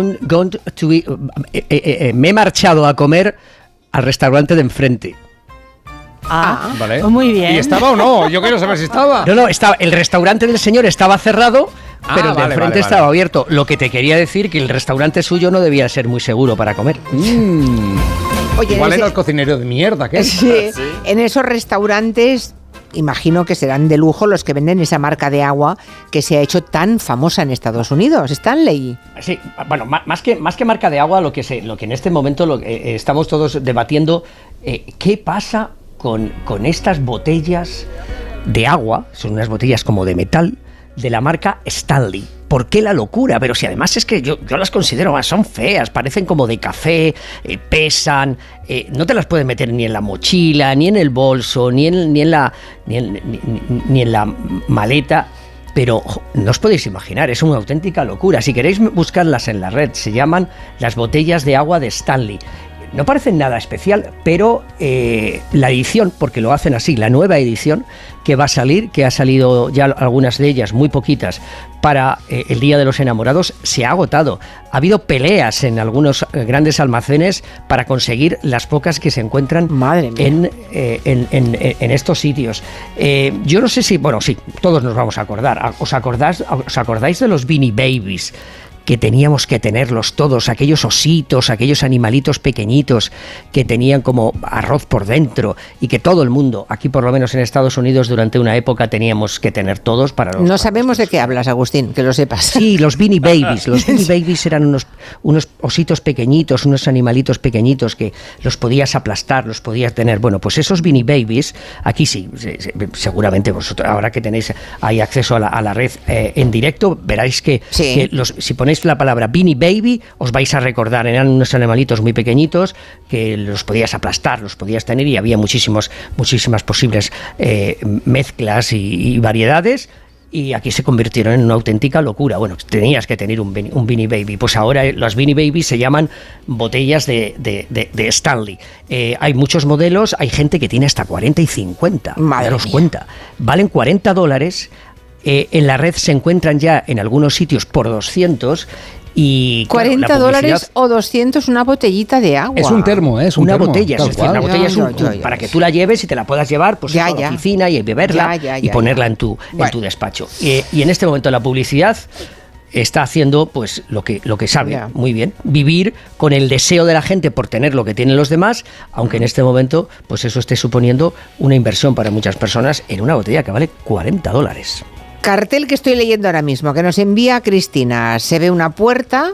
me he marchado a comer al restaurante de enfrente. Vale. Muy bien. ¿Y estaba o no? Yo quiero saber si estaba. No, estaba, el restaurante del señor estaba cerrado, pero el de enfrente estaba abierto. Lo que te quería decir que el restaurante suyo no debía ser muy seguro para comer. Oye, igual era el cocinero de mierda, ¿qué? Sí, en esos restaurantes imagino que serán de lujo los que venden esa marca de agua que se ha hecho tan famosa en Estados Unidos, Stanley. Sí, bueno, más que marca de agua, lo que en este momento estamos todos debatiendo, ¿qué pasa con estas botellas de agua? Son unas botellas como de metal, de la marca Stanley. ¿Por qué la locura? Pero si además es que yo las considero, son feas, parecen como de café, pesan, no te las puedes meter ni en la mochila, ni en el bolso, ni en la maleta. Pero no os podéis imaginar, es una auténtica locura. Si queréis buscarlas en la red, se llaman las botellas de agua de Stanley. No parecen nada especial, pero la edición, porque lo hacen así, la nueva edición que va a salir, que ha salido ya algunas de ellas, muy poquitas, para el Día de los Enamorados, se ha agotado. Ha habido peleas en algunos grandes almacenes para conseguir las pocas que se encuentran en estos sitios. Yo no sé si, bueno, sí, todos nos vamos a acordar. ¿Os acordáis de los Beanie Babies? Que teníamos que tenerlos todos, aquellos ositos, aquellos animalitos pequeñitos que tenían como arroz por dentro y que todo el mundo, aquí por lo menos en Estados Unidos durante una época teníamos que tener todos para los... No sabemos de qué hablas, Agustín, que lo sepas. Sí, los Beanie Babies. Los Beanie Babies eran unos ositos pequeñitos, unos animalitos pequeñitos que los podías aplastar, los podías tener. Bueno, pues esos Beanie Babies, aquí sí, seguramente vosotros, ahora que tenéis ahí acceso a la red en directo, veréis que, si ponéis la palabra Beanie Baby, os vais a recordar, eran unos animalitos muy pequeñitos que los podías aplastar, los podías tener y había muchísimas posibles mezclas y variedades. Y aquí se convirtieron en una auténtica locura. Bueno, tenías que tener un Beanie Baby. Pues ahora los Beanie Babies se llaman botellas de Stanley. Hay muchos modelos, hay gente que tiene hasta 40 y 50. Daros cuenta. Valen $40. En la red se encuentran ya en algunos sitios por 200 y $40 o 200 una botellita de agua. Es un termo, es una botella. Una botella es para que tú la lleves y te la puedas llevar pues a la oficina y beberla y ponerla en tu despacho. Y en este momento la publicidad está haciendo pues lo que sabe muy bien, vivir con el deseo de la gente por tener lo que tienen los demás, aunque en este momento pues eso esté suponiendo una inversión para muchas personas en una botella que vale $40. Cartel que estoy leyendo ahora mismo, que nos envía Cristina. Se ve una puerta,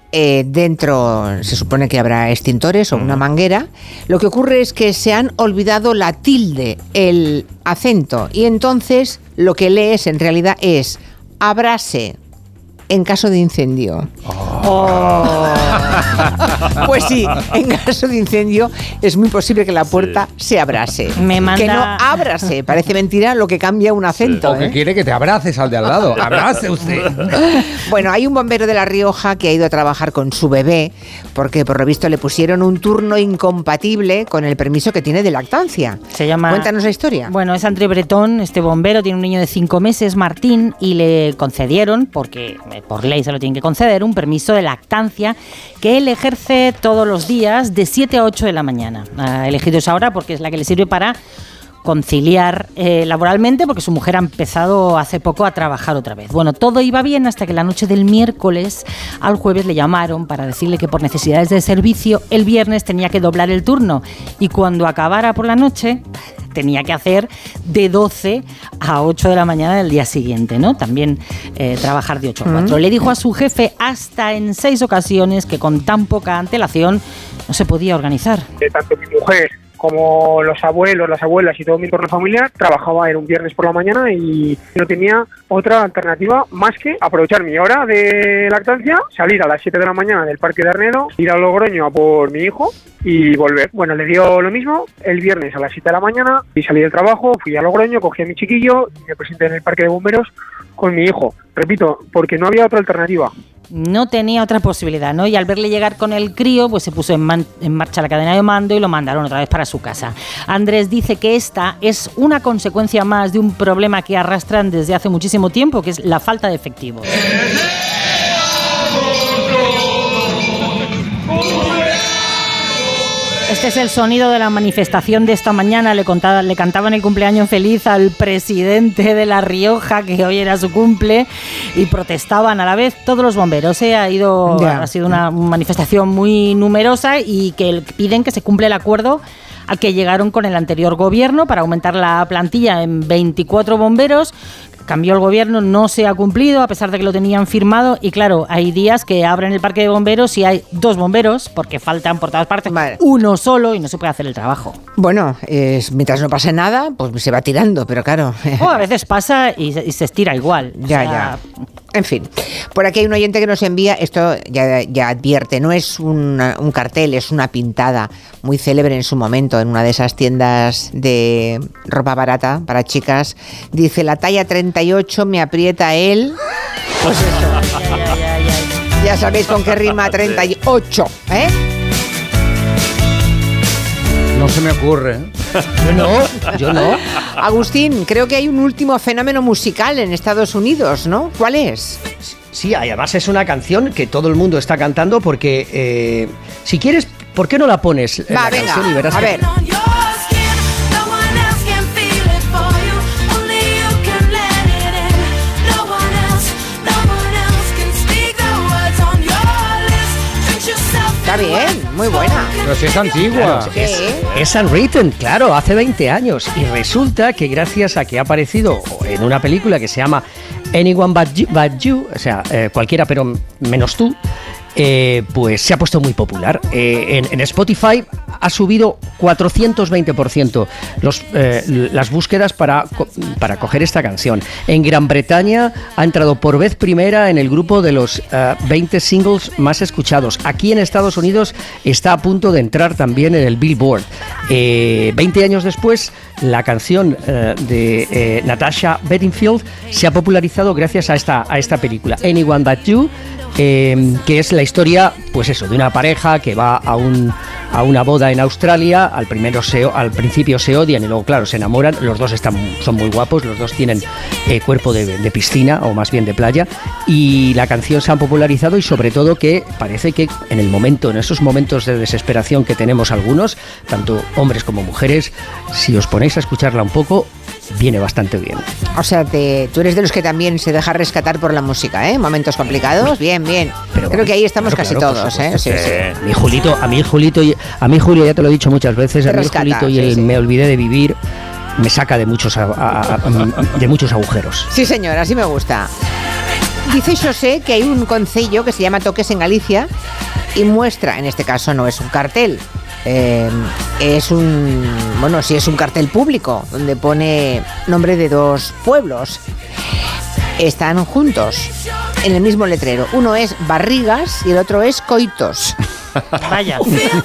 dentro se supone que habrá extintores o una manguera. Lo que ocurre es que se han olvidado la tilde, el acento, y entonces lo que lees en realidad es ábrase en caso de incendio. Pues sí, en caso de incendio es muy posible que la puerta se abrase. Que no ábrase, parece mentira lo que cambia un acento. O que quiere que te abraces al de al lado. Abrace usted. Bueno, hay un bombero de La Rioja que ha ido a trabajar con su bebé porque por lo visto le pusieron un turno incompatible con el permiso que tiene de lactancia. Cuéntanos la historia. Bueno, es André Bretón, este bombero, tiene un niño de 5 meses, Martín, y le concedieron, porque por ley se lo tienen que conceder, un permiso de lactancia que él ejerce todos los días de 7 a 8 de la mañana. Ha elegido esa hora porque es la que le sirve para conciliar laboralmente, porque su mujer ha empezado hace poco a trabajar otra vez. Bueno, todo iba bien hasta que la noche del miércoles al jueves le llamaron para decirle que por necesidades de servicio el viernes tenía que doblar el turno, y cuando acabara por la noche tenía que hacer de 12 a 8 de la mañana del día siguiente, ¿no? También trabajar de 8 a 4. Le dijo a su jefe hasta en 6 ocasiones que con tan poca antelación no se podía organizar. Tanto mi mujer como los abuelos, las abuelas y todo mi entorno familiar trabajaba en un viernes por la mañana y no tenía otra alternativa más que aprovechar mi hora de lactancia, salir a las 7 de la mañana del Parque de Arnedo, ir a Logroño a por mi hijo y volver. Bueno, le dio lo mismo el viernes a las 7 de la mañana y salí del trabajo, fui a Logroño, cogí a mi chiquillo y me presenté en el Parque de Bomberos con mi hijo. Repito, porque no había otra alternativa. No tenía otra posibilidad, ¿no? Y al verle llegar con el crío, pues se puso en marcha la cadena de mando y lo mandaron otra vez para su casa. Andrés dice que esta es una consecuencia más de un problema que arrastran desde hace muchísimo tiempo, que es la falta de efectivos. Este es el sonido de la manifestación de esta mañana. Le cantaban el cumpleaños feliz al presidente de La Rioja, que hoy era su cumple, y protestaban a la vez todos los bomberos. Ha sido una manifestación muy numerosa y que piden que se cumpla el acuerdo al que llegaron con el anterior gobierno para aumentar la plantilla en 24 bomberos. Cambió el gobierno, no se ha cumplido a pesar de que lo tenían firmado y claro, hay días que abren el parque de bomberos y hay 2 bomberos porque faltan por todas partes, uno solo y no se puede hacer el trabajo. Bueno, mientras no pase nada, pues se va tirando, pero claro. A veces pasa y se estira igual. Ya. En fin, por aquí hay un oyente que nos envía, esto ya advierte, no es un cartel, es una pintada muy célebre en su momento en una de esas tiendas de ropa barata para chicas. Dice, la talla 38 me aprieta él. Pues eso. Ya sabéis con qué rima 38, ¿eh? No se me ocurre. Yo no. Agustín, creo que hay un último fenómeno musical en Estados Unidos, ¿no? ¿Cuál es? Sí, además es una canción que todo el mundo está cantando porque, si quieres, ¿por qué no la pones? Va, venga, canción y verás a ver. Está bien, muy buena. Pero si es antigua. Claro, es Unwritten, claro, hace 20 años. Y resulta que gracias a que ha aparecido en una película que se llama Anyone But You, o sea, cualquiera pero menos tú, pues se ha puesto muy popular. En Spotify ha subido 420% las búsquedas para coger esta canción. En Gran Bretaña ha entrado por vez primera en el grupo de los 20 singles más escuchados. Aquí en Estados Unidos está a punto de entrar también en el Billboard. 20 años después, la canción de Natasha Bedingfield se ha popularizado gracias a esta película, Anyone But You, que es la historia, pues eso, de una pareja que va a una boda en Australia. Al principio se odian y luego, claro, se enamoran. Los dos son muy guapos, los dos tienen cuerpo de piscina o más bien de playa, y la canción se ha popularizado y sobre todo que parece que en esos momentos de desesperación que tenemos algunos, tanto hombres como mujeres, si os ponéis a escucharla un poco, viene bastante bien. O sea, tú eres de los que también se deja rescatar por la música, ¿eh? Momentos complicados, bien. Pero creo que ahí estamos casi todos, ¿eh? Sí. A mí Julio, ya te lo he dicho muchas veces, a mí Julito y el Me olvidé de vivir me saca de muchos agujeros. Sí, señor, así me gusta. Dice José que hay un concello que se llama Toques en Galicia y muestra, en este caso no es un cartel, es un cartel público donde pone nombre de 2 pueblos. Están juntos en el mismo letrero. Uno es Barrigas y el otro es Vaya.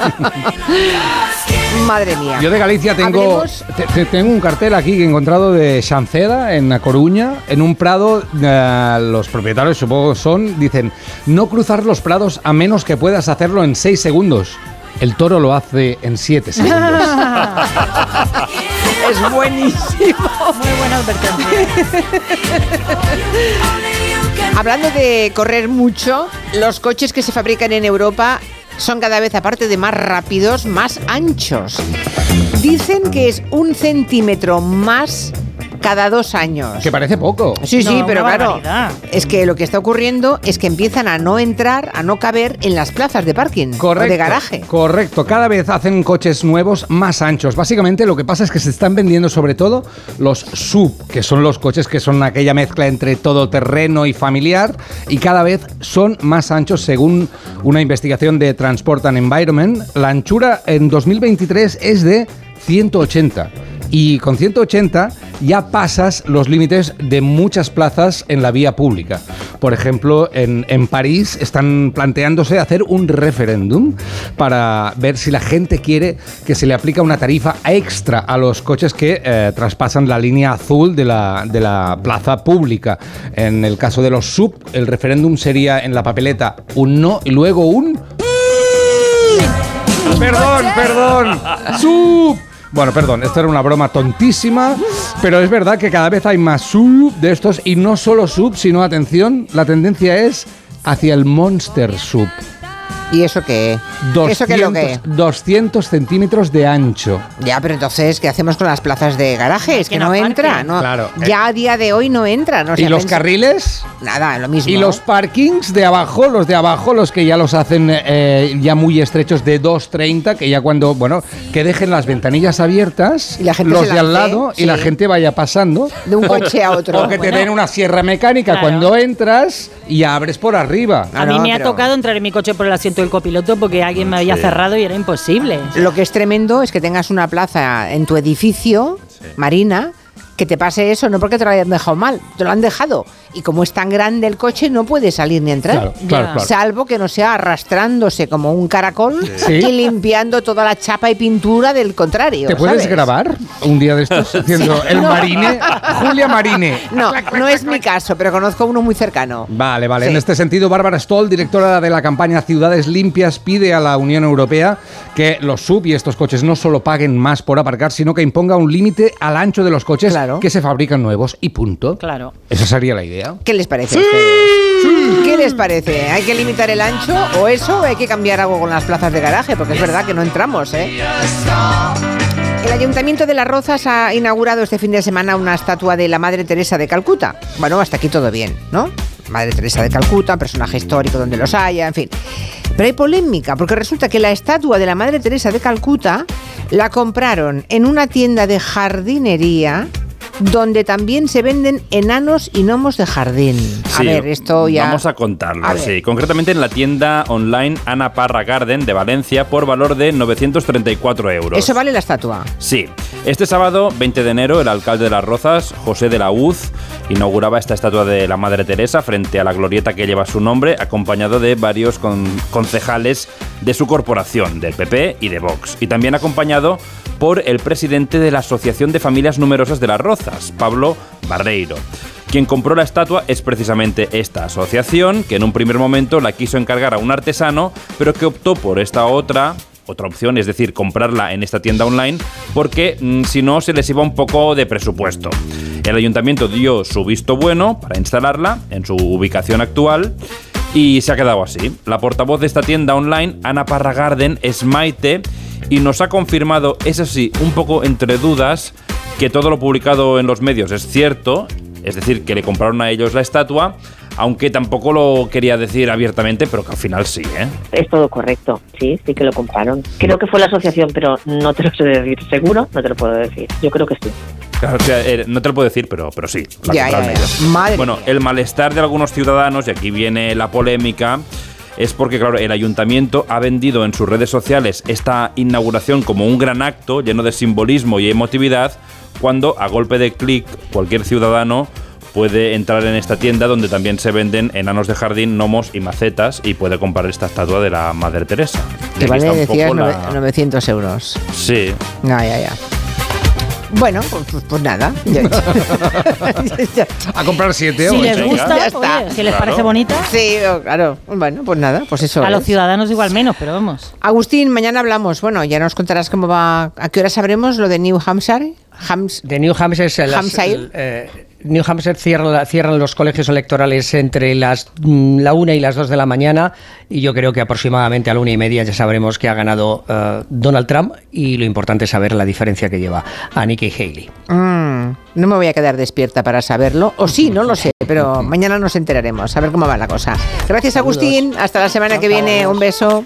Madre mía. Yo de Galicia tengo un cartel aquí que he encontrado de Xanceda, en A Coruña, en un prado. Los propietarios, supongo dicen, no cruzar los prados a menos que puedas hacerlo en 6 segundos. El toro lo hace en 7 segundos. Es buenísimo. Muy buena advertencia. Hablando de correr mucho, los coches que se fabrican en Europa son cada vez, aparte de más rápidos, más anchos. Dicen que es 1 centímetro más cada 2 años. Que parece poco. Sí, No, pero una claro, barbaridad. es que lo que está ocurriendo es que empiezan a no entrar, a no caber en las plazas de parking o de garaje. Correcto, cada vez hacen coches nuevos más anchos. Básicamente lo que pasa es que se están vendiendo sobre todo los SUV, que son los coches que son aquella mezcla entre todoterreno y familiar, y cada vez son más anchos según una investigación de Transport and Environment. La anchura en 2023 es de 180. Y con 180 ya pasas los límites de muchas plazas en la vía pública. Por ejemplo, en París están planteándose hacer un referéndum para ver si la gente quiere que se le aplique una tarifa extra a los coches que traspasan la línea azul de la plaza pública. En el caso de los SUV, el referéndum sería en la papeleta un no y luego un... ¡Perdón! ¡SUV! Bueno, perdón, esto era una broma tontísima, pero es verdad que cada vez hay más SUV de estos, y no solo SUV, sino, atención, la tendencia es hacia el Monster SUV. ¿Y eso qué? 200, ¿Eso qué es lo que es? 200 centímetros de ancho. Ya, pero entonces, ¿qué hacemos con las plazas de garaje? Es que no entra. No, claro. Ya a día de hoy no entra. No, ¿Y los carriles? Nada, lo mismo. Y los parkings de abajo, los que ya los hacen ya muy estrechos de 2,30, que ya cuando, bueno, que dejen las ventanillas abiertas, y la gente los se de al lance, lado, sí. y la gente vaya pasando. De un coche a otro. O que te den una sierra mecánica Claro. cuando entras y abres por arriba. A mí me ha tocado entrar en mi coche por el asiento del copiloto porque alguien me había cerrado y era imposible. Lo que es tremendo es que tengas una plaza en tu edificio, Marina, que te pase eso, no porque te lo hayan dejado mal, te lo han dejado. Y como es tan grande el coche, no puede salir ni entrar. Claro. Salvo que no sea arrastrándose como un caracol Sí. y limpiando toda la chapa y pintura del contrario. ¿Te puedes ¿sabes? grabar un día de estos haciendo el No. Marine? Julia Marine. No es mi caso, pero conozco uno muy cercano. Vale. Sí. En este sentido, Bárbara Stoll, directora de la campaña Ciudades Limpias, pide a la Unión Europea que los SUV y estos coches no solo paguen más por aparcar, sino que imponga un límite al ancho de los coches que se fabrican nuevos y punto. Claro. Esa sería la idea. ¿Qué les parece a ustedes? ¿Qué les parece? ¿Hay que limitar el ancho o eso? ¿Hay que cambiar algo con las plazas de garaje? Porque es verdad que no entramos, ¿eh? El Ayuntamiento de Las Rozas ha inaugurado este fin de semana una estatua de la Madre Teresa de Calcuta. Bueno, hasta aquí todo bien, ¿no? Madre Teresa de Calcuta, personaje histórico donde los haya, en fin. Pero hay polémica, porque resulta que la estatua de la Madre Teresa de Calcuta la compraron en una tienda de jardinería donde también se venden enanos y gnomos de jardín. Sí, a ver, esto ya... Vamos a contarlo, A ver. sí. Concretamente en la tienda online Ana Parra Garden de Valencia por valor de 934 euros. ¿Eso vale la estatua? Sí. Este sábado, 20 de enero, el alcalde de Las Rozas, José de la Uz, inauguraba esta estatua de la Madre Teresa frente a la glorieta que lleva su nombre, acompañado de varios concejales de su corporación, del PP y de Vox. Y también acompañado por el presidente de la Asociación de Familias Numerosas de Las Rozas, Pablo Barreiro. Quien compró la estatua es precisamente esta asociación, que en un primer momento la quiso encargar a un artesano, pero que optó por esta otra opción, es decir, comprarla en esta tienda online, porque si no se les iba un poco de presupuesto. El ayuntamiento dio su visto bueno para instalarla en su ubicación actual y se ha quedado así. La portavoz de esta tienda online, Ana Parra Garden, es Maite, y nos ha confirmado, eso sí, un poco entre dudas, que todo lo publicado en los medios es cierto, es decir, que le compraron a ellos la estatua, aunque tampoco lo quería decir abiertamente, pero que al final sí, ¿eh? Es todo correcto, sí que lo compraron. Creo que fue la asociación, pero no te lo sé decir seguro, no te lo puedo decir. Yo creo que sí. Claro, o sea, no te lo puedo decir, pero sí. La Ya, compraron ya. ellos. Madre Bueno, mía. el malestar de algunos ciudadanos, y aquí viene la polémica, es porque, claro, el ayuntamiento ha vendido en sus redes sociales esta inauguración como un gran acto lleno de simbolismo y emotividad, cuando a golpe de clic cualquier ciudadano puede entrar en esta tienda donde también se venden enanos de jardín, gnomos y macetas, y puede comprar esta estatua de la Madre Teresa. Y Que aquí vale, está un decías, poco la- 900 euros. Sí. Ya. Bueno, pues nada. A comprar 7 Si o les 8. gusta, Ya está. oye, si les parece bonita. Sí, claro. Bueno, pues nada, pues eso A los es. ciudadanos igual menos, pero vamos. Agustín, mañana hablamos. Bueno, ya nos contarás cómo va. ¿A qué hora sabremos lo de New Hampshire? De New Hampshire es Hampshire. New Hampshire cierran los colegios electorales entre la 1 y las 2 de la mañana y yo creo que aproximadamente a la 1:30 ya sabremos que ha ganado Donald Trump y lo importante es saber la diferencia que lleva a Nikki Haley. No me voy a quedar despierta para saberlo, o sí, no lo sé, pero mañana nos enteraremos, a ver cómo va la cosa. Gracias, Agustín, hasta la semana que viene, un beso.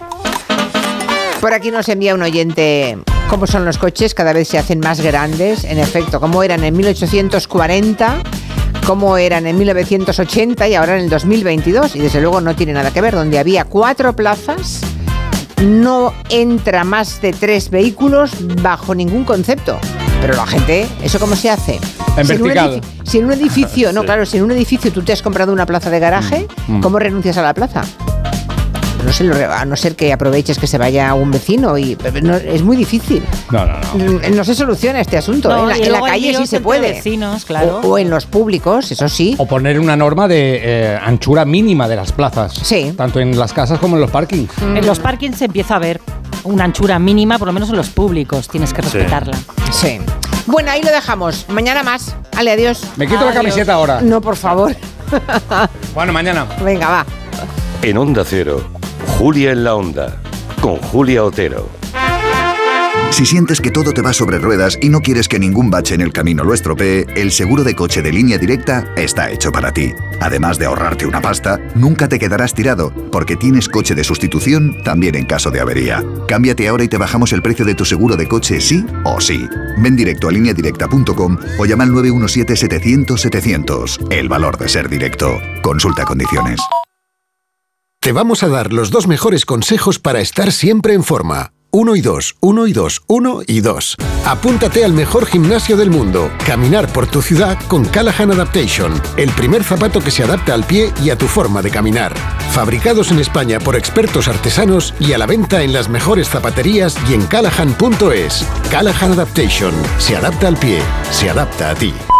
Por aquí nos envía un oyente cómo son los coches, cada vez se hacen más grandes, en efecto, cómo eran en 1840, cómo eran en 1980 y ahora en el 2022, y desde luego no tiene nada que ver, donde había 4 plazas, no entra más de 3 vehículos bajo ningún concepto. Pero la gente, ¿eso cómo se hace? En vertical. Si en un edificio, no, claro, si en un edificio tú te has comprado una plaza de garaje, ¿cómo renuncias a la plaza? No sé, a no ser que aproveches que se vaya un vecino y no, es muy difícil. No se soluciona este asunto. No, en la calle sí se puede. Vecinos, claro. O en los públicos, eso sí. O poner una norma de anchura mínima de las plazas. Sí. Tanto en las casas como en los parkings. En los parkings se empieza a ver una anchura mínima, por lo menos en los públicos. Tienes que respetarla. Sí. Bueno, ahí lo dejamos. Mañana más. Ale, adiós. Me quito la camiseta ahora. No, por favor. Bueno, mañana. Venga, va. En Onda Cero, Julia en la Onda, con Julia Otero. Si sientes que todo te va sobre ruedas y no quieres que ningún bache en el camino lo estropee, el seguro de coche de Línea Directa está hecho para ti. Además de ahorrarte una pasta, nunca te quedarás tirado, porque tienes coche de sustitución también en caso de avería. Cámbiate ahora y te bajamos el precio de tu seguro de coche sí o sí. Ven directo a lineadirecta.com o llama al 917-700-700. El valor de ser directo. Consulta condiciones. Te vamos a dar los 2 mejores consejos para estar siempre en forma. 1 y 2, 1 y 2, 1 y 2. Apúntate al mejor gimnasio del mundo. Caminar por tu ciudad con Callahan Adaptation, el primer zapato que se adapta al pie y a tu forma de caminar. Fabricados en España por expertos artesanos y a la venta en las mejores zapaterías y en callahan.es. Callahan Adaptation. Se adapta al pie. Se adapta a ti.